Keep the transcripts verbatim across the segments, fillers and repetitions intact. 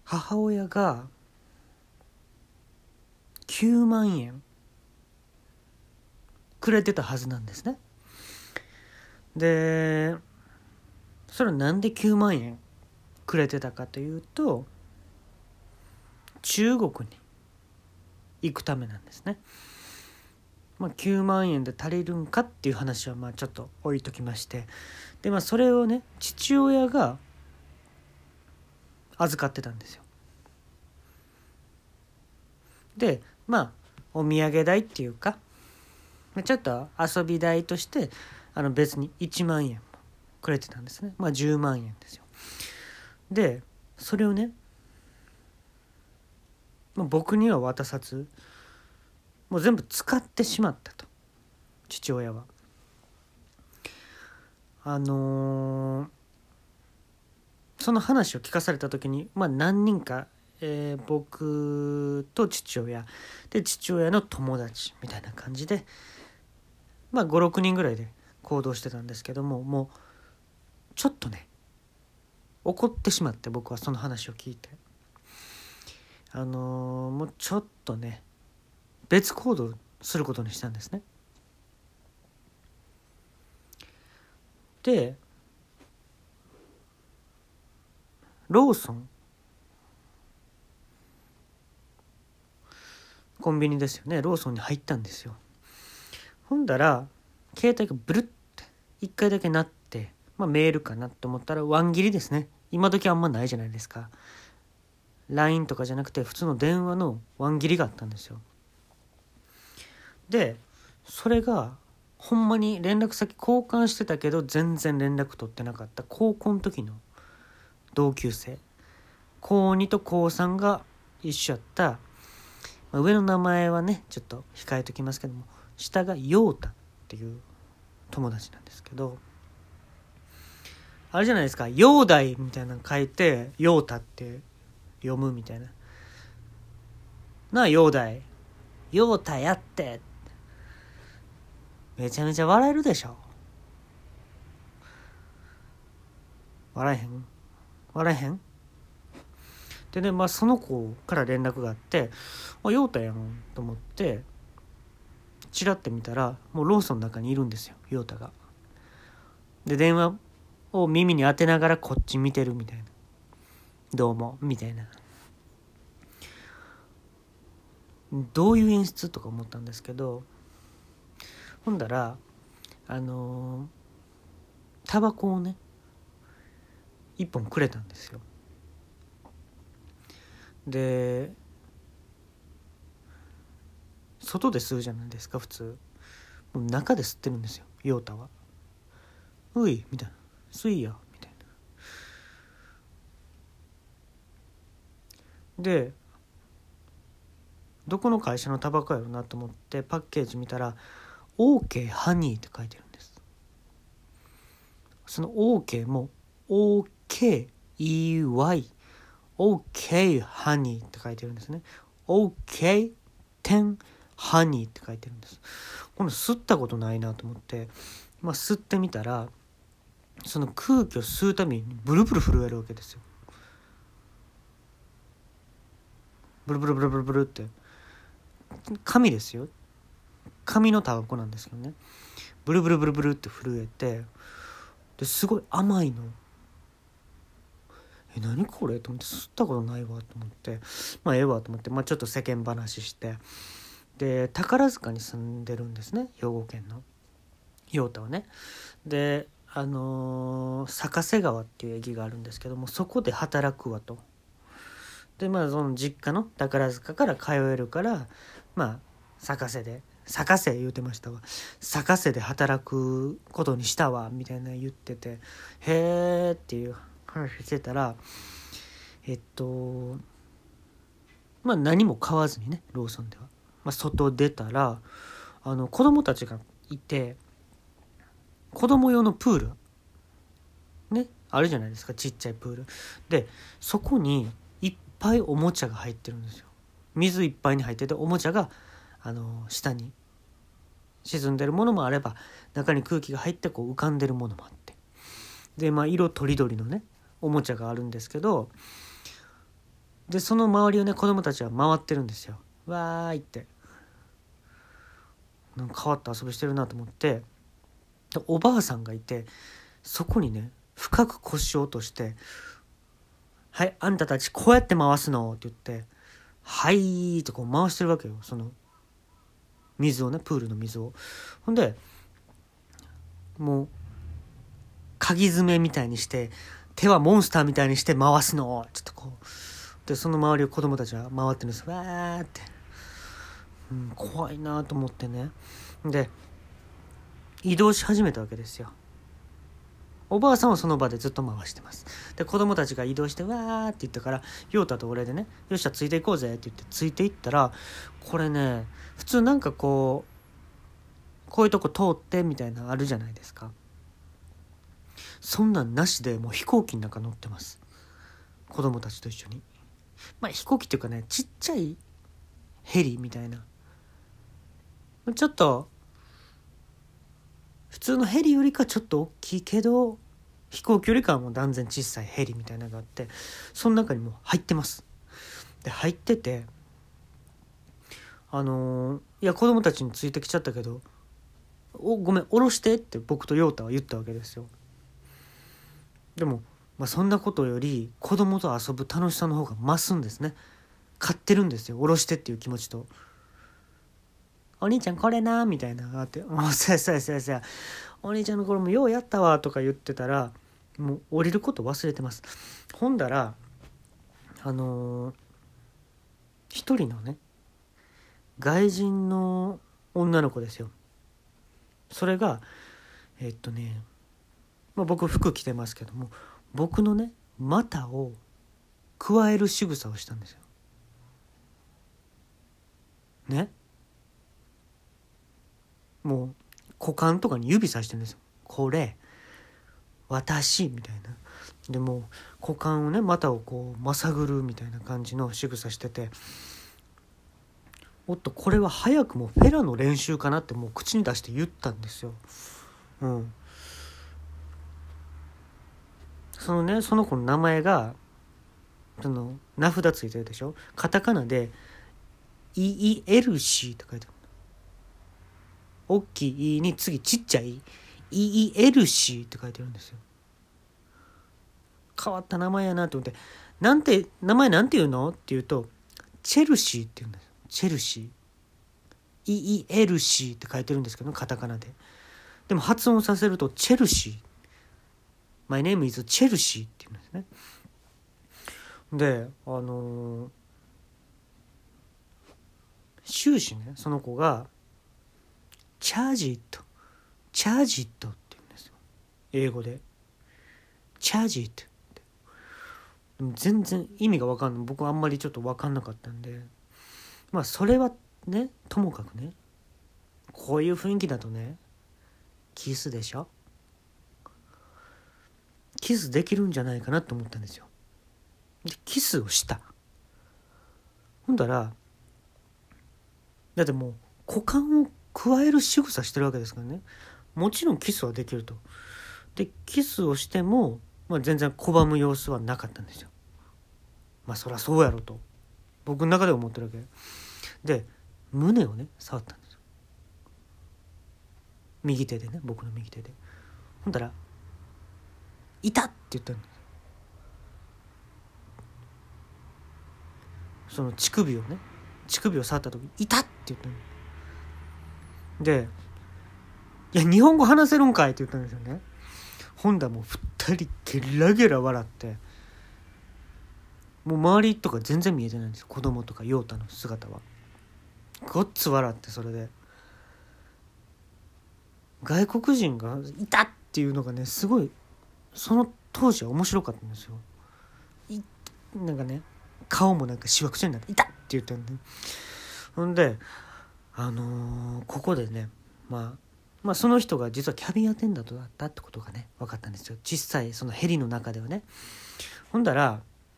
母親がきゅうまんえんくれてたはずなんですね。でそれはなんできゅうまんえんくれてたかというと、中国に行くためなんですね。まあ、きゅうまんえんで足りるんかっていう話はまあちょっと置いときまして、でまあそれをね父親が預かってたんですよ。でまあお土産代っていうかちょっと遊び代としてあの別にいちまんえんもくれてたんですね。まあじゅうまんえんですよ。でそれをね、まあ、僕には渡さずもう全部使ってしまったと、父親は。あのー、その話を聞かされた時に、まあ、何人か、えー、僕と父親で父親の友達みたいな感じで、まあ、ごろくにんぐらいで行動してたんですけども、もうちょっとね怒ってしまって、僕はその話を聞いて、あのー、もうちょっとね別行動することにしたんですね。でローソン、コンビニですよね、ローソンに入ったんですよ。ほんだら携帯がブルッて一回だけ鳴って、まあ、メールかなと思ったらワン切りですね。今時あんまないじゃないですか。 ライン とかじゃなくて普通の電話のワン切りがあったんですよ。でそれがほんまに連絡先交換してたけど全然連絡取ってなかった高校の時の同級生、こうにとこうさんが一緒やった、まあ、上の名前はねちょっと控えときますけども、下が陽太っていう友達なんですけど、あれじゃないですか、陽大みたいなの書いて陽太って読むみたいな、なあ陽大陽太やってめちゃめちゃ笑えるでしょ。笑えへん笑えへんでね、まあその子から連絡があって、あ陽太やんと思ってチラッて見たら、もうローソンの中にいるんですよ、陽太が。で電話を耳に当てながらこっち見てるみたいな、どうもみたいな、どういう演出とか思ったんですけど、ほんだらあのー、タバコをね一本くれたんですよ。で外で吸うじゃないですか普通。もう中で吸ってるんですよ陽太は。ういみたいな、吸いやみたいな。でどこの会社のタバコやろなと思ってパッケージ見たら OK ハニーって書いてるんです。その OK も オーケーイーワイ OK ハニーって書いてるんですね。 OK 点ハニーって書いてるんです。この吸ったことないなと思って、まあ、吸ってみたらその空気を吸うたびにブルブル震えるわけですよ。ブルブルブルブルブルって紙ですよ、紙のタバコなんですけどね、ブルブルブルブルって震えて、ですごい甘いの。え何これと思って、吸ったことないわと思って、まあええわと思って、まあ、ちょっと世間話して、で宝塚に住んでるんですね、兵庫県の陽太はね。であのー、坂瀬川っていう駅があるんですけども、そこで働くわと。でまあその実家の宝塚から通えるから、まあ坂瀬で坂瀬言うてましたわ、坂瀬で働くことにしたわみたいな言ってて、へーっていう話してたら、えっとまあ何も買わずにねローソンでは、まあ、外出たらあの子供たちがいて、子供用のプールねあるじゃないですか、ちっちゃいプールで、そこにいっぱいおもちゃが入ってるんですよ。水いっぱいに入ってて、おもちゃがあの下に沈んでるものもあれば、中に空気が入ってこう浮かんでるものもあって、でまあ色とりどりのねおもちゃがあるんですけど、 でその周りをね子供たちは回ってるんですよ。わーいって、なんか変わった遊びしてるなと思って、おばあさんがいて、そこにね深く腰を落として、はいあんたたちこうやって回すのって言って、はいってこう回してるわけよ、その水をね、プールの水を。ほんでもう鍵爪みたいにして、手はモンスターみたいにして回すのちょっとこうで、その周りを子供たちは回ってるんです。わーって、うん、怖いなと思ってね。で移動し始めたわけですよ。おばあさんはその場でずっと回してます。で子供たちが移動してわーって言ったから、陽太と俺でね、よっしゃついていこうぜって言ってついていったら、これね普通なんかこうこういうとこ通ってみたいなのあるじゃないですか。そんなんなしでもう飛行機の中乗ってます、子供たちと一緒に。まあ飛行機っていうかね、ちっちゃいヘリみたいな、ちょっと普通のヘリよりかちょっと大きいけど、飛行機よりかはもう断然小さいヘリみたいなのがあって、その中にもう入ってます。で入ってて、あのー、いや子供たちについてきちゃったけど、おごめん降ろしてって僕と陽太は言ったわけですよ。でも、まあ、そんなことより子供と遊ぶ楽しさの方が増すんですね。買ってるんですよ、降ろしてっていう気持ちと、お兄ちゃんこれなみたいなのがあって、あそうやそうやそうやそうや、お兄ちゃんのこれもようやったわとか言ってたら、もう降りること忘れてます。ほんだらあのー、一人のね外人の女の子ですよ。それがえっとね、まあ、僕服着てますけども、僕のね股をくわえる仕草をしたんですよね。もう股間とかに指さしてるんですよ。これ私みたいな。でも股間をね股をこうまさぐるみたいな感じの仕草してて、おっとこれは早くもフェラの練習かなってもう口に出して言ったんですよ。うん。そのねその子の名前がその名札ついてるでしょ。カタカナでイイエルシーって書いてある。大きい E に次ちっちゃい イイエルシーって書いてるんですよ。変わった名前やなと思って、なんて名前なんて言うのって言うとチェルシーって言うんですよ。チェルシー イイエルシーって書いてるんですけど、カタカナで。でも発音させるとチェルシー、 My name is チェルシーって言うんですね。であのー、終始ねその子がチャージットチャージットって言うんですよ、英語で。チャージットって。でも全然意味が分かんない、僕はあんまりちょっと分かんなかったんで、まあそれはねともかくね、こういう雰囲気だとねキスでしょ、キスできるんじゃないかなと思ったんですよ。でキスをした。ほんだらだってもう股間をくわえる仕草してるわけですからね、もちろんキスはできると。でキスをしても、まあ、全然拒む様子はなかったんですよ。まあそりゃそうやろと僕の中で思ってるわけで、胸をね触ったんですよ、右手でね、僕の右手で。ほんだらいたって言ったんです。その乳首をね乳首を触った時にいたって言ったんで、いや日本語話せるんかいって言ったんですよね。ほんだらもう二人ゲラゲラ笑って、もう周りとか全然見えてないんですよ、子供とか陽太の姿は。ごっつ笑って、それで外国人がいたっていうのがねすごいその当時は面白かったんですよ。いなんかね顔もなんかしわくちゃになっていたって言ったんで、ほんであのー、ここでね、まあ、まあその人が実はキャビンアテンダントだったってことがね分かったんですよ、小さいそのヘリの中ではね。ほんだら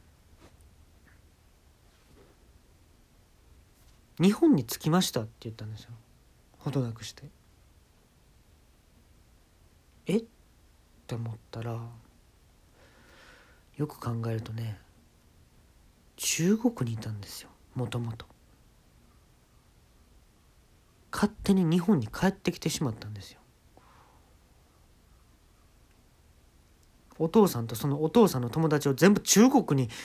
日本に着きましたって言ったんですよ、ほどなくして。えって思ったらよく考えるとね、中中国にいたんですよ、もともと。勝手に日本に帰ってきてしまったんですよ。お父さんとそのお父さんの友達を全部中国に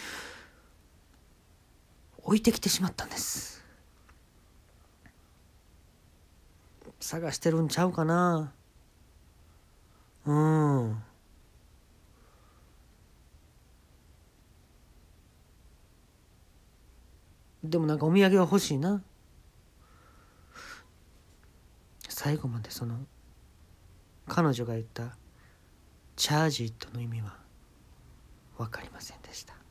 置いてきてしまったんです。探してるんちゃうかな。うんでもなんかお土産は欲しいな。最後までその彼女が言ったチャージットの意味は分かりませんでした。